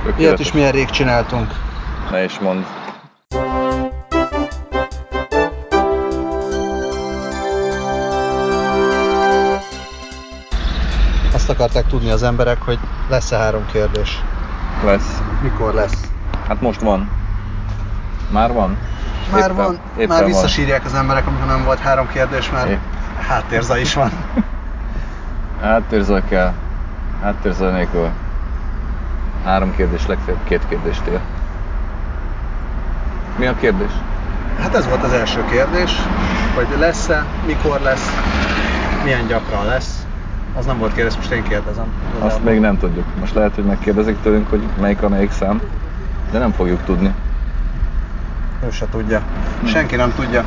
Ilyet is milyen rég csináltunk. Ne is mondd. Azt akarták tudni az emberek, hogy lesz-e 3 kérdés. Lesz. Mikor lesz? Hát most van. Már van? Már van. Már visszasírják az emberek, amikor nem volt 3 kérdés, már háttérzaj is van. Háttérzaj kell. Háttérzaj nélkül. 3 kérdés, legfeljebb 2 kérdést ér. Mi a kérdés? Hát ez volt az első kérdés, hogy lesz-e, mikor lesz, milyen gyakran lesz. Az nem volt kérdés, most én kérdezem. Azt még nem tudjuk. Most lehet, hogy megkérdezik tőlünk, hogy melyik szám, de nem fogjuk tudni. Ő se tudja. Senki nem tudja.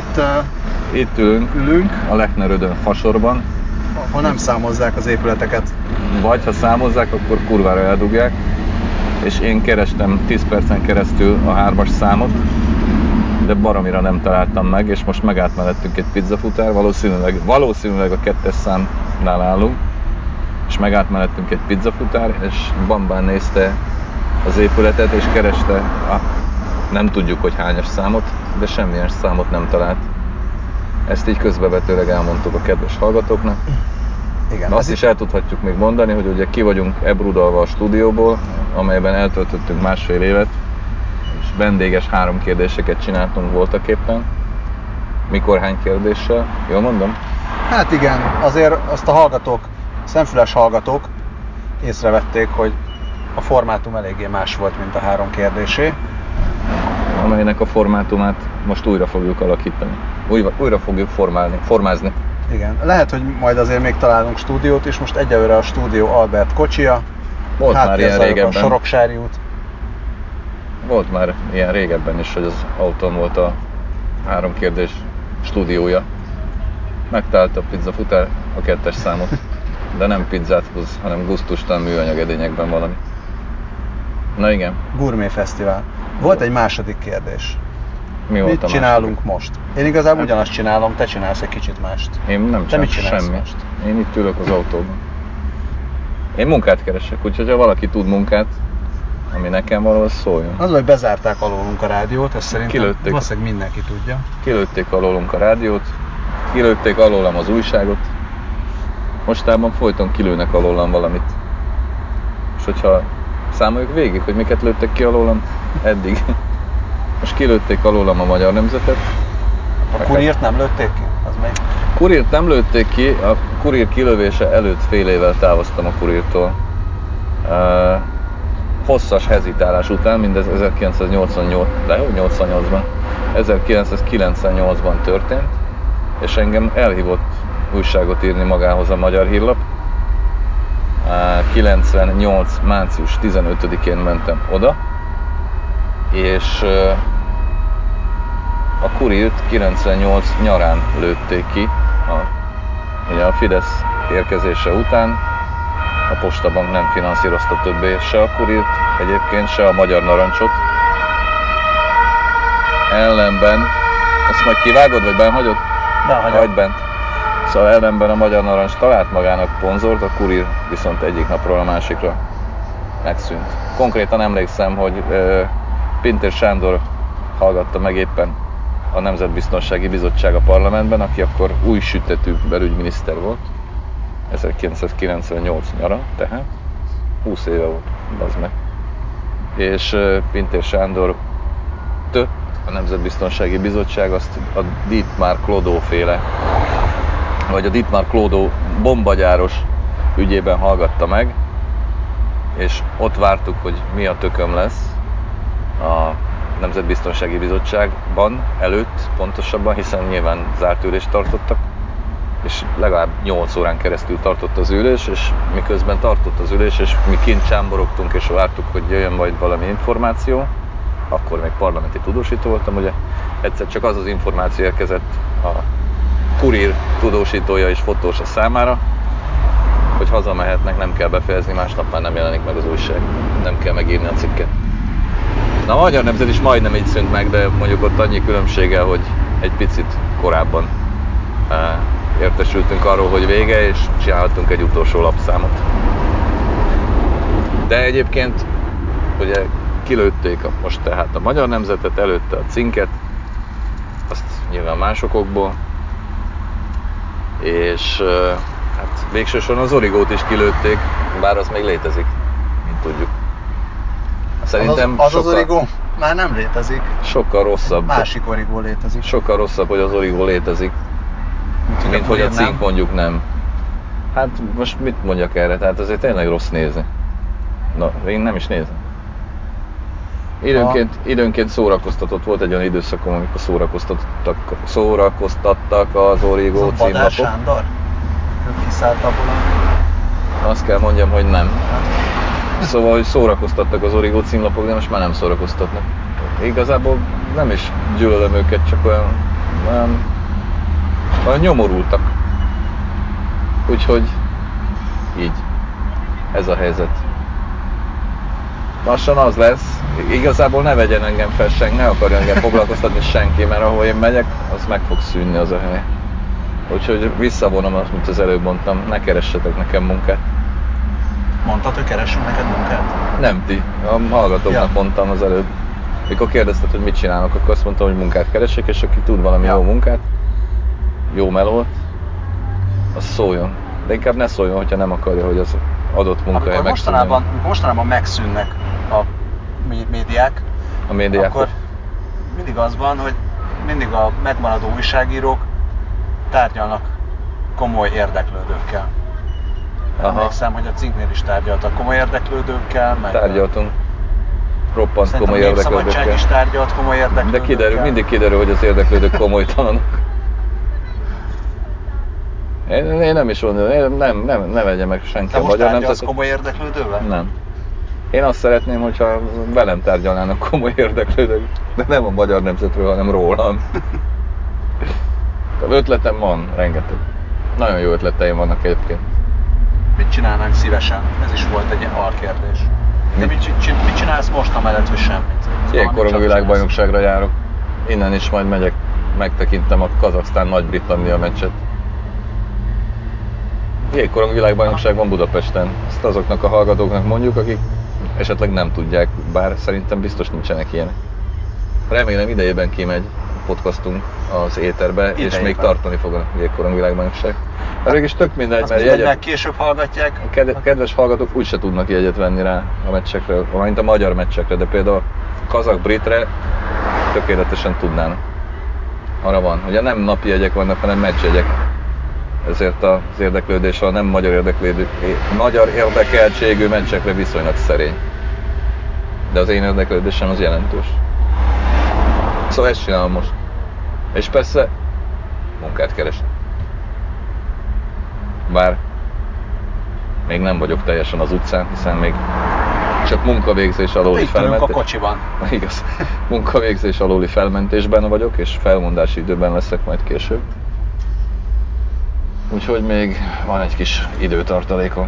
Itt ülünk a Lechnerödön fasorban. Ahol nem számozzák az épületeket. Vagy ha számozzák, akkor kurvára eldugják. És én kerestem 10 percen keresztül a 3-as számot, de baromira nem találtam meg, és most megállt mellettünk egy pizzafutár, valószínűleg a 2-es számnál állunk, és megállt mellettünk egy pizzafutár, és bambán nézte az épületet, és kereste nem tudjuk, hogy hányas számot, de semmilyen számot nem talált. Ezt így közbevetőleg elmondtuk a kedves hallgatóknak. Igen, azt is el tudhatjuk még mondani, hogy ugye ki vagyunk ebrudalva a stúdióból, amelyben eltöltöttünk 1,5 évet, és vendéges 3 kérdéseket csináltunk voltaképpen. Mikor, hány kérdéssel? Jól mondom? Hát igen, azért azt a hallgatók, szemfüles hallgatók észrevették, hogy a formátum eléggé más volt, mint a 3 kérdésé. Amelynek a formátumát most újra fogjuk alakítani. Újra fogjuk formázni. Igen, lehet, hogy majd azért még találunk stúdiót is, most egyelőre a stúdió Albert kocsia. Volt már ilyen régebben. A Soroksári út. Volt már ilyen régebben is, hogy az autón volt a 3 kérdés stúdiója. Megtalálta a pizzafutár a 2-es számot, de nem pizzát hoz, hanem gusztustalan műanyag edényekben valami. Na igen. Gourmet Fesztivál. Volt egy második kérdés. Mi volt Mit csinálunk most? Én igazából ugyanazt csinálom, te csinálsz egy kicsit mást. Én nem csinálok semmit. Most? Én itt ülök az autóban. Én munkát keresek, úgyhogy ha valaki tud munkát, ami nekem való, az szóljon. Az, hogy bezárták alólunk a rádiót, ezt szerintem valószínűleg mindenki tudja. Kilőtték alólunk a rádiót, kilőtték alólam az újságot. Mostában folyton kilőnek alólam valamit. És hogyha számoljuk végig, hogy miket lőttek ki alólam eddig. Most kilőtték alólam a Magyar Nemzetet. A Kurírt nem lőtték ki? Az még... Kurírt nem lőtték ki, a Kurír kilövése előtt fél évvel távoztam a Kurírtól. Hosszas hezitálás után, mindez 1988-ban, 1998-ban történt, és engem elhívott újságot írni magához a Magyar Hírlap. 98. március 15-én mentem oda, és a Kurírt 98 nyarán lőtték ki, ugye a Fidesz érkezése után. A Postabank nem finanszírozta többé se a Kurírt, egyébként se a Magyar Narancsot. Ellenben, ezt majd kivágod, vagy benhagyod? Benhagyom. Hagyd bent. Szóval ellenben a Magyar Narancs talált magának szponzort, a Kurír viszont egyik napról a másikra megszűnt. Konkrétan emlékszem, hogy Pintér Sándor hallgatta meg éppen a Nemzetbiztonsági Bizottság a parlamentben, aki akkor új sütetű belügyminiszter volt. 1998 nyara, tehát 20 éve volt, bazd meg. És Pintér Sándor a Nemzetbiztonsági Bizottság azt a Dietmar Clodo féle, vagy a Dietmar Clodo bombagyáros ügyében hallgatta meg, és ott vártuk, hogy mi a tököm lesz a Nemzetbiztonsági Bizottságban előtt pontosabban, hiszen nyilván zárt ülést tartottak, és legalább 8 órán keresztül tartott az ülés, és miközben tartott az ülés, és mi kint csámborogtunk, és vártuk, hogy jöjjön majd valami információ, akkor még parlamenti tudósító voltam, ugye egyszer csak az információ érkezett a Kurír tudósítója és fotósa számára, hogy hazamehetnek, nem kell befejezni, másnap már nem jelenik meg az újság, nem kell megírni a cikket. Na a Magyar Nemzet is majdnem így szűnt meg, de mondjuk ott annyi különbséggel, hogy egy picit korábban értesültünk arról, hogy vége, és csináltunk egy utolsó lapszámot. De egyébként ugye kilőtték most tehát a Magyar Nemzetet, előtte a Cinket, azt nyilván más okokból, és hát végsősorban az Origót is kilőtték, bár az még létezik, mint tudjuk. Szerintem az Origó már nem létezik. Sokkal rosszabb. Másik Origó létezik. Sokkal rosszabb, hogy az Origó létezik, mint hogy a Cink mondjuk nem. Hát most mit mondjak erre? Tehát azért tényleg rossz nézni. Na, én nem is nézem. Időnként szórakoztatott, volt egy olyan időszakom, amikor szórakoztattak az Origó címlapok. Badár Sándor? Ő kiszállt abból Azt kell mondjam, hogy nem. Szóval, hogy szórakoztattak az Origó címlapok, de most már nem szórakoztatnak. Igazából nem is gyűlölöm őket, csak olyan nyomorultak. Úgyhogy így. Ez a helyzet. Lassan az lesz, igazából ne vegyen engem fel senki, ne akarja engem foglalkoztatni senki, mert ahol én megyek, az meg fog szűnni az a hely. Úgyhogy visszavonom azt, mint az előbb mondtam, ne keressetek nekem munkát. Mondtad, hogy keressünk neked munkát? Nem ti, a hallgatóknak mondtam az előbb. Mikor kérdezted, hogy mit csinálok, akkor azt mondtam, hogy munkát keresek, és aki tud valami jó munkát, jó melót, az szóljon. De inkább ne szóljon, hogyha nem akarja, hogy az adott munkahely megszűnjön. Mostanában megszűnnek a médiák, akkor mindig az van, hogy mindig a megmaradó újságírók tárgyalnak komoly érdeklődőkkel. Emlékszem, hogy a Cinknél is tárgyaltak komoly érdeklődőkkel. Tárgyaltunk. Roppant komoly érdeklődőkkel. Szerintem a Népszabadság is tárgyalt komoly érdeklődőkkel. De mindig kiderül, hogy az érdeklődők komolytalanok. Én nem is mondom, ne vegye meg senki a Magyar Nemzetet. Komoly érdeklődővel? Nem. Én azt szeretném, hogyha velem tárgyalnának komoly érdeklődők, de nem a Magyar Nemzetről, hanem rólam. Ötletem van, rengeteg. Nagyon jó ötleteim vannak egyébként. Mit csinálnánk szívesen? Ez is volt egy alkérdés. De mit csinálsz most amellett, hogy semmit? Ilyenkor a világbajnokságra járok. Innen is majd megyek, megtekintem a Kazaksztán-Nagy-Britannia meccset. Jégkorong világbajnokság van Budapesten. Ezt azoknak a hallgatóknak mondjuk, akik esetleg nem tudják, bár szerintem biztos nincsenek ilyenek. Remélem idejében kimegy a podcastunk az éterbe, idejében. És még tartani fog a jégkorong világbajnokság. Végig is tök mindegy, mert jegyet... később hallgatják. A kedves hallgatók úgyse tudnak jegyet venni rá a meccsekre, mint a magyar meccsekre, de például a kazak-britre tökéletesen tudnának. Arra van, ugye nem napi jegyek vannak, hanem meccsjegyek. Ezért az érdeklődés a nem magyar érdekeltségű meccsekre viszonylag szerény. De az én érdeklődésem az jelentős. Szóval ezt csinálom most. És persze munkát keresek. Bár még nem vagyok teljesen az utcán, hiszen még csak munkavégzés alóli felmentés. a kocsiban. Igaz. Munkavégzés alóli felmentésben vagyok, és felmondási időben leszek majd később. Úgyhogy még van egy kis időtartalékom.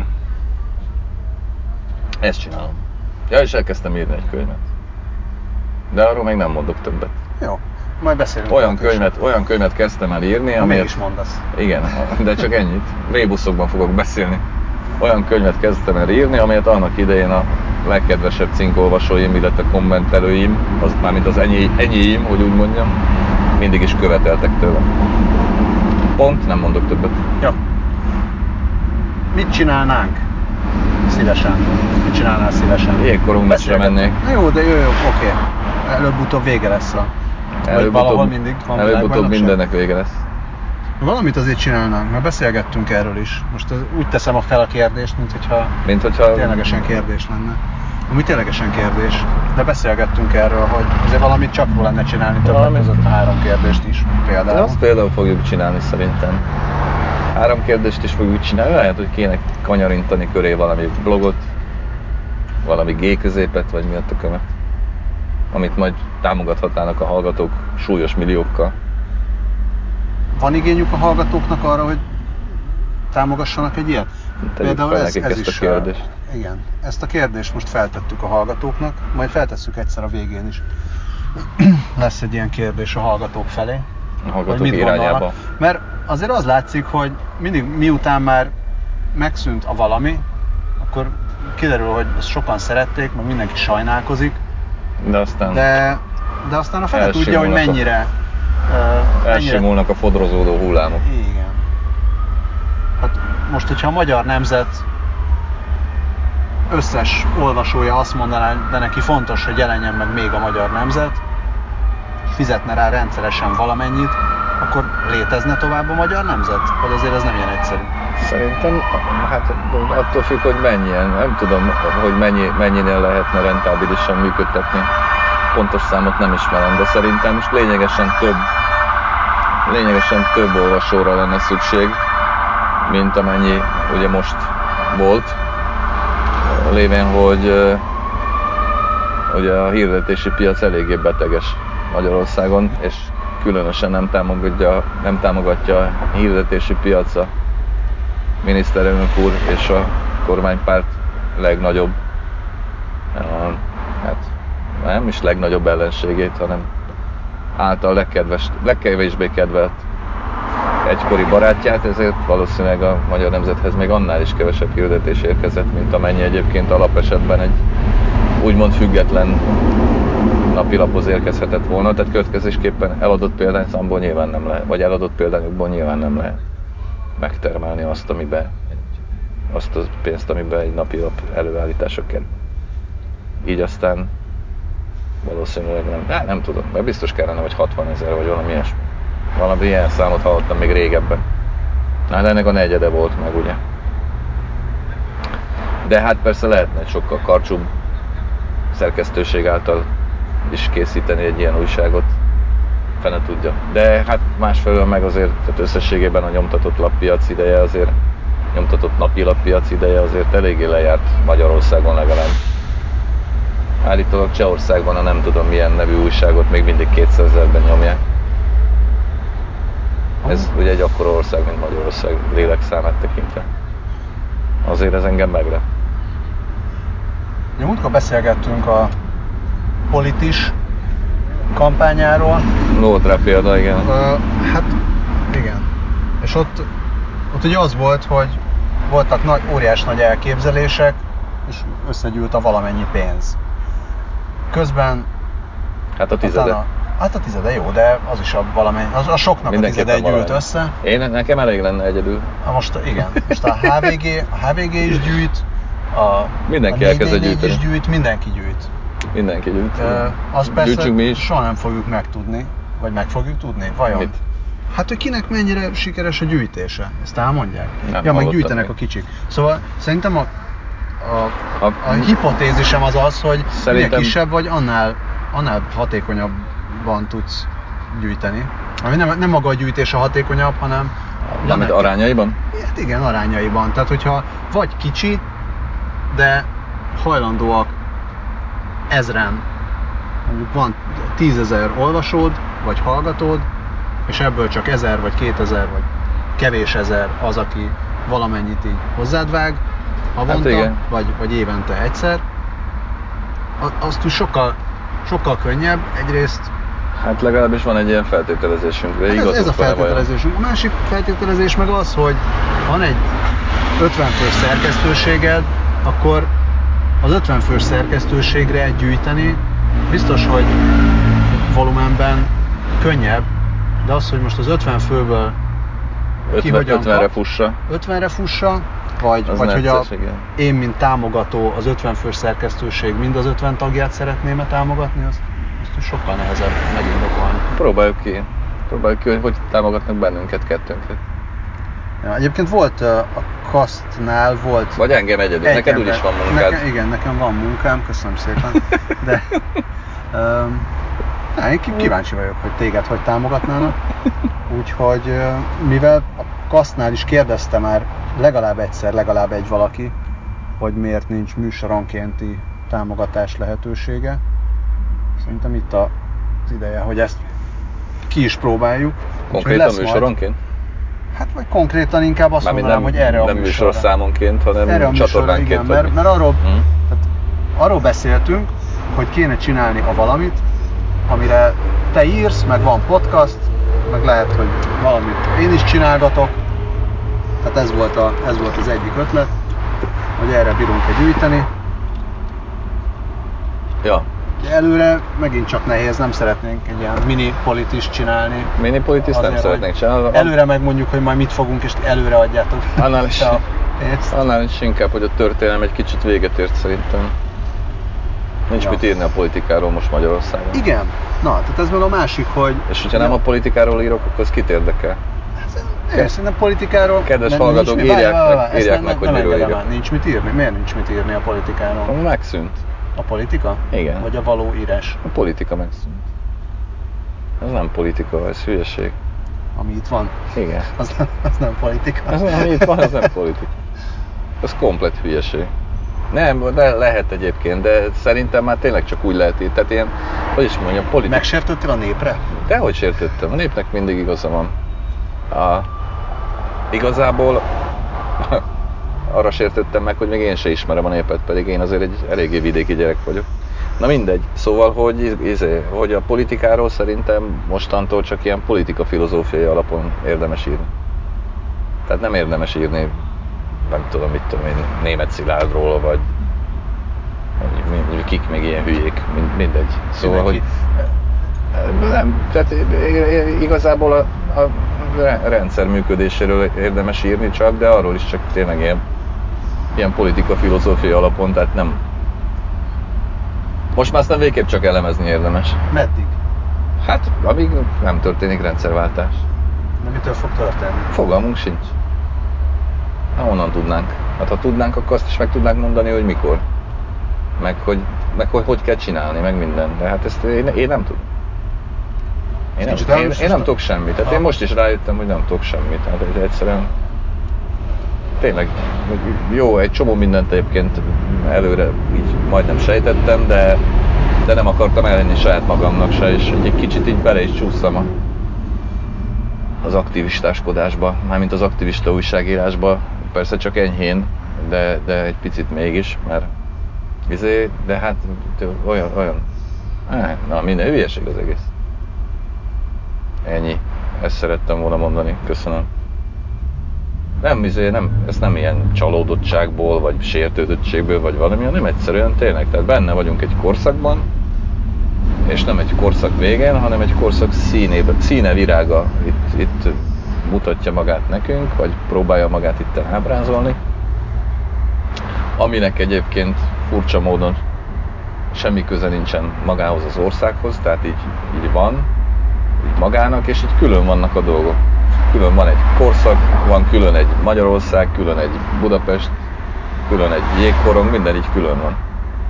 Ezt csinálom. Ja, és elkezdtem írni egy könyvet. De arról még nem mondok többet. Jó, majd beszélünk. Olyan könyvet kezdtem el írni, amelyet... is mondasz. Igen, de csak ennyit. V-buszokban fogok beszélni. Olyan könyvet kezdtem el írni, amelyet annak idején a legkedvesebb cinkolvasóim, illetve kommentelőim, az mármint az enyéim, hogy úgy mondjam, mindig is követeltek tőlem. Pont, nem mondok többet. Ja. Mit csinálnánk? Szívesen. Mit csinálnál szívesen? Jégkorong meccsre mennék. Na jó, de jó, oké. Előbb-utóbb vége lesz a... valahol mindig van előbb-utóbb mindennek vége lesz. Valamit azért csinálnánk, mert beszélgettünk erről is. Most úgy teszem fel a kérdést, mint hogyha ténylegesen kérdés lenne. Ami ténylegesen kérdés, de beszélgettünk erről, hogy azért valamit csak jól lenne csinálni, többek között a 3 kérdést is például. De azt például fogjuk csinálni szerintem. 3 kérdést is fogjuk csinálni, lehet, hogy kéne kanyarintani köré valami blogot, valami G-középet, vagy mi a tökömet, amit majd támogathatnának a hallgatók súlyos milliókkal. Van igényük a hallgatóknak arra, hogy támogassanak egy ilyet? Például ez is a kérdést. Igen, ezt a kérdést most feltettük a hallgatóknak, majd feltesszük egyszer a végén is. Lesz egy ilyen kérdés a hallgatók felé. A hallgatók irányába. Mert azért az látszik, hogy mindig miután már megszűnt a valami, akkor kiderül, hogy ezt sokan szerették, meg mindenki sajnálkozik. De aztán a fele tudja, hogy mennyire... elsimulnak a fodrozódó hullámok. Igen. Hát most, hogyha a Magyar Nemzet összes olvasója azt mondaná, de neki fontos, hogy jelenjen meg még a Magyar Nemzet, fizetne rá rendszeresen valamennyit, akkor létezne tovább a Magyar Nemzet? Vagy azért ez nem ilyen egyszerű? Szerintem, hát attól függ, hogy mennyien. Nem tudom, hogy mennyinél lehetne rentábilisan működtetni. Pontos számot nem ismerem, de szerintem most lényegesen több olvasóra lenne szükség, mint amennyi ugye most volt. Lévén, hogy ugye a hirdetési piac eléggé beteges Magyarországon, és különösen nem támogatja a hirdetési piaca miniszterelnök úr és a kormánypárt legnagyobb, hát nem is legnagyobb ellenségét, hanem által legkevésbé kedvelt egykori barátját, ezért valószínűleg a Magyar Nemzethez még annál is kevesebb hirdetés érkezett, mint amennyi egyébként alapesetben egy úgymond független napilaphoz érkezhetett volna, tehát következésképpen eladott példányszámból nyilván nem lehet, vagy eladott példányokból nyilván nem lehet megtermelni azt a pénzt, amiben egy napilap előállítása kerül. Így aztán valószínűleg nem tudom, mert biztos kellene, hogy 60 000 vagy valami ilyesmi. Valami ilyen számot hallottam még régebben. De ennek a negyede volt meg, ugye. De hát persze lehetne egy sokkal karcsúbb szerkesztőség által is készíteni egy ilyen újságot. Fene tudja. De hát másfelől meg azért, tehát összességében a nyomtatott lappiac ideje azért, nyomtatott napilappiac ideje azért eléggé lejárt Magyarországon legalább. Állítólag Csehországban a nem tudom milyen nevű újságot még mindig 200 000-ben nyomják. Ez ugye egy akkora ország, mint Magyarország lélekszámát tekintve. Azért ez engem meglep. Múltkor beszélgettünk a Politis kampányáról. Volt rá példa, igen. Hát igen. És ott ugye az volt, hogy voltak óriás nagy elképzelések, és összegyűlt a valamennyi pénz. Közben... Hát a tizede. Hát a tizede jó, de az is a valamennyi, az soknak a tizede gyűlt össze. Nekem elég lenne egyedül. Most igen, most a HVG is gyűjt, mindenki a elkezdett gyűjteni. is gyűjt, mindenki gyűjt. Mindenki gyűjt. Azt persze mi is. soha nem fogjuk megtudni, vagy meg fogjuk tudni, vajon? Mit? Hát, hogy kinek mennyire sikeres a gyűjtése, ezt elmondják? Nem meg gyűjtenek még a kicsik. Szóval szerintem a hipotézisem az, hogy minél kisebb vagy, annál hatékonyabban tudsz gyűjteni. Ami nem maga a gyűjtés a hatékonyabb, hanem... Amit arányaiban? Hát igen, arányaiban. Tehát, hogyha vagy kicsi, de hajlandóak ezren, mondjuk van 10 000 olvasód, vagy hallgatód, és ebből csak 1000 vagy 2000 vagy kevés ezer az, aki valamennyit így hozzád vág havonta, hát vagy évente egyszer, azt úgy sokkal könnyebb egyrészt. Hát legalábbis van egy ilyen feltételezésünk. De hát ez a feltételezésünk. A másik feltételezés meg az, hogy van egy 50 fős szerkesztőséged, akkor az 50 fős szerkesztőségre gyűjteni biztos, hogy volumenben könnyebb, de az, hogy most az 50 főből 50-re fussa, vagy hogy én, mint támogató, az 50 fős szerkesztőség mind az 50 tagját szeretném támogatni, azt sokkal nehezebb megindokolni. Próbáljuk ki, hogy támogatnak bennünket, kettőnket. Ja, egyébként volt a Kastnál volt... Vagy engem egyedül, neked úgyis van munkád. Igen, nekem van munkám, köszönöm szépen. De én kíváncsi vagyok, hogy téged hogy támogatnának. Úgyhogy mivel a Kastnál is kérdezte már legalább egyszer, legalább egy valaki, hogy miért nincs műsoronkénti támogatás lehetősége. Szerintem itt az ideje, hogy ezt ki is próbáljuk. Konkrétan műsoronként? Hát vagy konkrétan inkább azt mondanám, hogy erre a műsorra. Nem műsorszámonként, hanem csatornánként. Igen, mert arról beszéltünk, hogy kéne csinálni a valamit, amire te írsz, meg van podcast, meg lehet, hogy valamit én is csinálgatok. Tehát ez volt az egyik ötlet. hogy erre bírunk-e gyűjteni. Ja. Előre megint csak nehéz, nem szeretnénk egy ilyen mini politist csinálni. Mini politist nem szeretnénk csinálni. Előre megmondjuk, hogy majd mit fogunk, és előre adjátok. Annál is inkább, hogy a történelem egy kicsit véget ért szerintem. Nincs mit írni a politikáról most Magyarországon. Igen. Na, tehát ez meg a másik, hogy... És hogyha nem a politikáról írok, akkor az kit érdekel? Szerintem politikáról... Kedves hallgatók, írják meg, hogy miről írjak. Nincs mit írni? Miért nincs mit írni a politikáról? Megszűnt. A politika? Igen. Vagy a való írás? A politika megszűnt. Ez nem politika, ez hülyeség. Ami itt van? Igen. Az nem politika. Ami itt van, az nem politika. Ez komplett hülyeség. Nem, de lehet egyébként, de szerintem már tényleg csak úgy lehet így. Tehát ilyen, hogy is mondjam, politika... Megsértődtél a népre? Dehogy sértődtem. A népnek mindig igaza van. Igazából arra sértődtem meg, hogy még én se ismerem a népet, pedig én azért egy eléggé vidéki gyerek vagyok. Na mindegy. Szóval, hogy a politikáról szerintem mostantól csak ilyen politika-filozófiai alapon érdemes írni. Tehát nem érdemes írni, nem tudom, mit tudom én, Németh Szilárdról, vagy kik még ilyen hülyék, mindegy. Szóval, hogy nem, tehát igazából a rendszer működéséről érdemes írni csak, de arról is csak tényleg ilyen politika-filozófiai alapon, tehát nem. Most már aztán végképp csak elemezni érdemes. Meddig? Hát, amíg nem történik rendszerváltás. De mitől fog történni? Fogalmunk sincs. Na, honnan tudnánk? Hát ha tudnánk, akkor azt is meg tudnánk mondani, hogy mikor. Meg hogy kell csinálni, meg minden. De hát ezt én nem tudom. Én nem tudok semmit. Tehát én most is rájöttem, hogy nem tudok semmit. Tehát ez egyszerűen... Tényleg, jó, egy csomó mindent egyébként előre így majdnem sejtettem, de nem akartam ellenni saját magamnak se, és egy kicsit így bele is csúsztam az aktivistáskodásba, mármint az aktivista újságírásba, persze csak enyhén, de egy picit mégis, mert de hát olyan, na minden hülyeség az egész. Ennyi, ezt szerettem volna mondani, köszönöm. Ezt nem ilyen csalódottságból, vagy sértődöttségből, vagy valami, hanem egyszerűen tényleg, tehát benne vagyunk egy korszakban, és nem egy korszak végén, hanem egy korszak színe virága itt mutatja magát nekünk, vagy próbálja magát itt ábrázolni, aminek egyébként furcsa módon semmi köze nincsen magához az országhoz, tehát így van, így magának, és így külön vannak a dolgok. Külön van egy korszak, van külön egy Magyarország, külön egy Budapest, külön egy jégkorong, minden így külön van.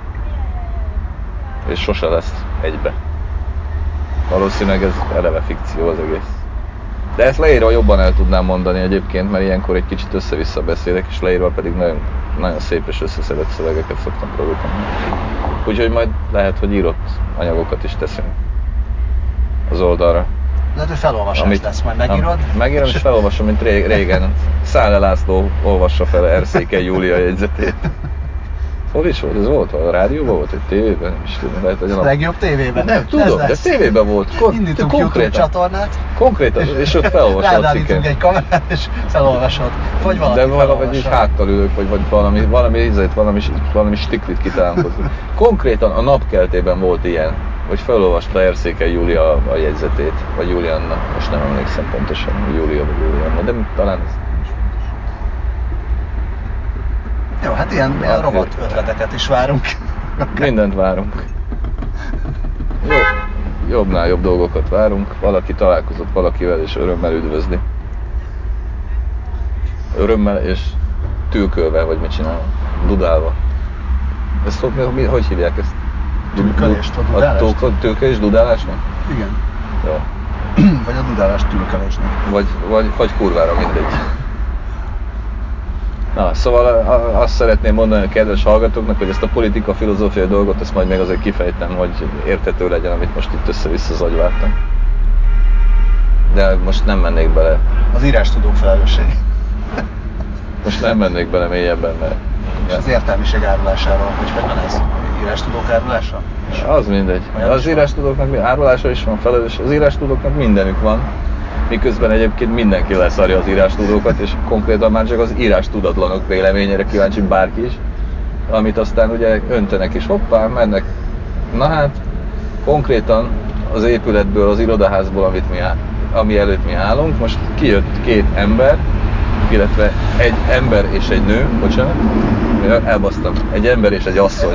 És sose lesz egybe. Valószínűleg ez eleve fikció az egész. De ezt leírva jobban el tudnám mondani egyébként, mert ilyenkor egy kicsit össze-vissza beszélek, és leírva pedig nagyon, nagyon szép és összeszedett szövegeket szoktam produkálni. Úgyhogy majd lehet, hogy írott anyagokat is teszünk az oldalra. Lehet, hogy felolvasás lesz, majd megírod? Megírom és felolvasom, mint régen. Szálle László olvassa fel Erszékely Júlia jegyzetét. Hol is volt? Ez volt? A rádióban volt? Egy tévében? Nem is tudom. Lehet, hogy a legjobb tévében? Nem tudom, de tévében volt. Indítunk YouTube csatornát. Konkrétan, és ott felolvasod a cikket. Rádállítunk egy kamerát, és felolvasod. Vagy valaki de valahogy így háttal ülök, vagy valami stiklit kitálunk. Konkrétan a Napkeltében volt ilyen, hogy felolvasta Erszékely Júlia a jegyzetét, vagy Julianna, most nem emlékszem pontosan, Júlia vagy Julianna, de talán ez nincs fontos. Jó, hát ilyen rovat ötleteket is várunk. Mindent várunk. Jobbnál jobb dolgokat várunk, valaki találkozott valakivel és örömmel üdvözli. Örömmel és tülkölve, vagy mit csinálva? Dudálva. Ezt hogy hívják ezt? Tülkölést, a dudálást? A tülkölés dudálásnak? Igen. Jó. Vagy a dudálás tülkölésnek. Vagy kurvára, mindegy. Na, szóval azt szeretném mondani a kedves hallgatóknak, hogy ezt a politika-filozófiai dolgot, ezt majd még azért kifejtem, hogy érthető legyen, amit most itt össze-vissza zagyváltam. De most nem mennék bele. Az írástudók felelősség. Most nem mennék bele mélyebben, mert... És az értelmiség árulásáról, hogy van ez? Írástudók árulása? Az mindegy. Az írástudóknak árulása is van, felelős. Az írástudóknak mindenük van. miközben egyébként mindenki leszarja az írástudókat, és konkrétan már csak az írástudatlanok véleményére kíváncsi bárki is, amit aztán ugye öntenek és hoppá, mennek. Na hát, konkrétan az épületből, az irodaházból, ami előtt mi állunk, most kijött 2 ember, illetve egy ember és egy nő, bocsánat, elbasztam, egy ember és egy asszony,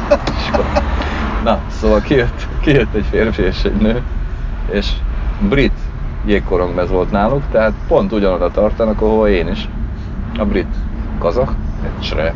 na, szóval kijött egy férfi és egy nő, és brit jégkorongmez volt náluk, tehát pont ugyanoda tartanak, ahol én is. A brit kazah, egy csre.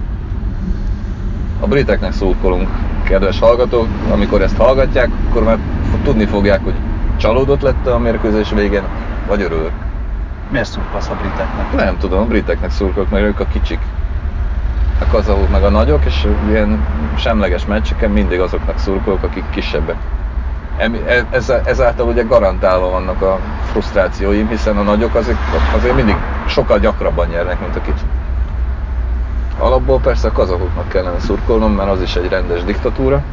A briteknek szurkolunk, kedves hallgatók, amikor ezt hallgatják, akkor már tudni fogják, hogy csalódott lett a mérkőzés végén, vagy örülök. Miért szurkolsz a briteknek? Nem tudom, a briteknek szurkolok, mert ők a kicsik. A kazahok meg a nagyok, és ilyen semleges meccseken mindig azoknak szurkolok, akik kisebbek. Ezáltal ugye garantálva vannak a frusztrációim, hiszen a nagyok azért mindig sokkal gyakrabban nyernek, mint a kicsik. Alapból persze a kazahoknak kellene szurkolnom, mert az is egy rendes diktatúra,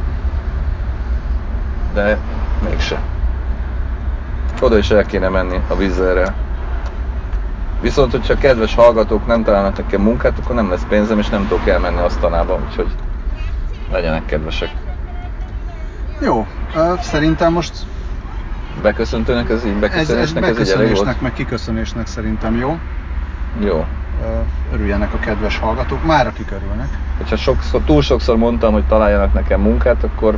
de mégse. Oda is el kéne menni a vízzelrel. Viszont, hogyha kedves hallgatók nem találnak nekem munkát, akkor nem lesz pénzem, és nem tudok elmenni Asztanába, úgyhogy legyenek kedvesek. Jó, szerintem most... Beköszöntőnek ez így, beköszönésnek, meg kiköszönésnek szerintem jó. Jó. Örüljenek a kedves hallgatók, már akik örülnek. Hogyha túl sokszor mondtam, hogy találjanak nekem munkát, akkor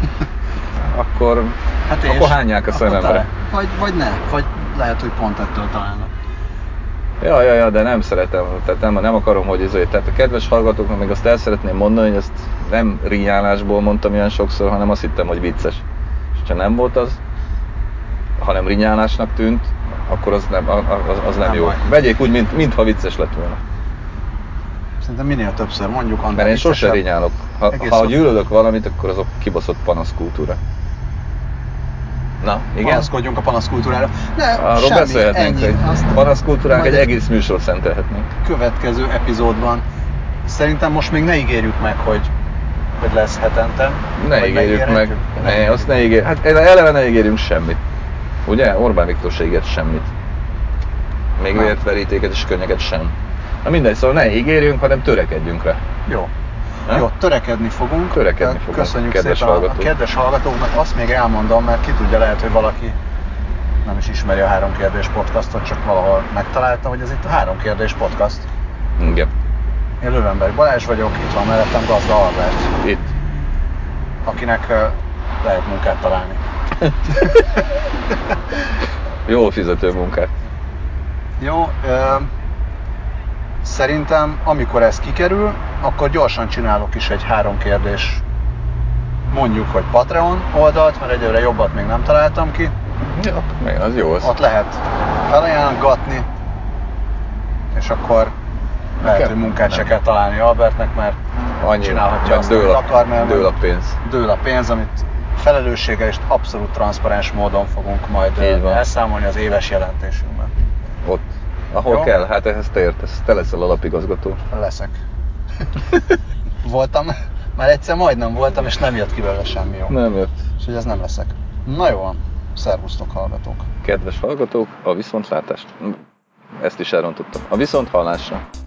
hányják a szemembe. Vagy ne, vagy lehet, hogy pont ettől találnak. Ja, de nem szeretem, tehát nem akarom, hogy tehát a kedves hallgatóknak még azt el szeretném mondani, hogy ezt nem rinyálásból mondtam ilyen sokszor, hanem azt hittem, hogy vicces. És ha nem volt az, hanem rinyálásnak tűnt, akkor az nem jó. Baj. Vegyék úgy, mintha vicces lett volna. Szerintem minél többször mondjuk, annál mert én sose rinyálok. Ha gyűlölök valamit, akkor azok kibaszott panaszkultúra. Na, igen? Panaszkodjunk a panaszkultúrára. Arról beszélhetnénk, hogy panaszkultúránk egy egész műsort szentelhetnénk. Következő epizódban. Szerintem most még ne ígérjük meg, hogy lesz hetente. Ne ígérjük meg. Azt ne ígérjük. Hát eleve ne ígérjünk semmit. Ugye? Orbán Viktor se ígért semmit. Még vértverítéket és könnyeket sem. Na mindegy, szóval ne ígérjünk, hanem törekedjünk rá. Jó. Jó, törekedni fogunk. Köszönjük kedves szépen a kedves hallgatóknak. Azt még elmondom, mert ki tudja, lehet, hogy valaki nem is ismeri a 3 kérdés podcastot, csak valahol megtalálta, hogy ez itt a 3 kérdés podcast. Igen. Én Löwenberg Balázs vagyok, itt van mellettem Gazda Albert. Itt. Akinek lehet munkát találni. Jól fizető munkát. Jó, szerintem amikor ez kikerül, akkor gyorsan csinálok is egy 3 kérdés, mondjuk, hogy Patreon oldalt, mert egyelőre jobbat még nem találtam ki. Ja, az jó az. Ott lehet felajánlgatni, és akkor lehet, hogy munkát se kell találni Albertnek, mert csinálhatja azt, amit akar, mert dől a pénz, amit felelősséggel és abszolút transzparens módon fogunk majd elszámolni az éves jelentésünkben. Ott. Ahol jó? Kell, hát ehhez te értesz, te leszel alapigazgató. Leszek. Voltam, már egyszer majdnem voltam, és nem jött ki belőle semmi jó. Nem jött. És hogy ez nem leszek. Na jó van, szervusztok hallgatók. Kedves hallgatók, a viszontlátásra. Ezt is elrontottam. A viszonthallásra.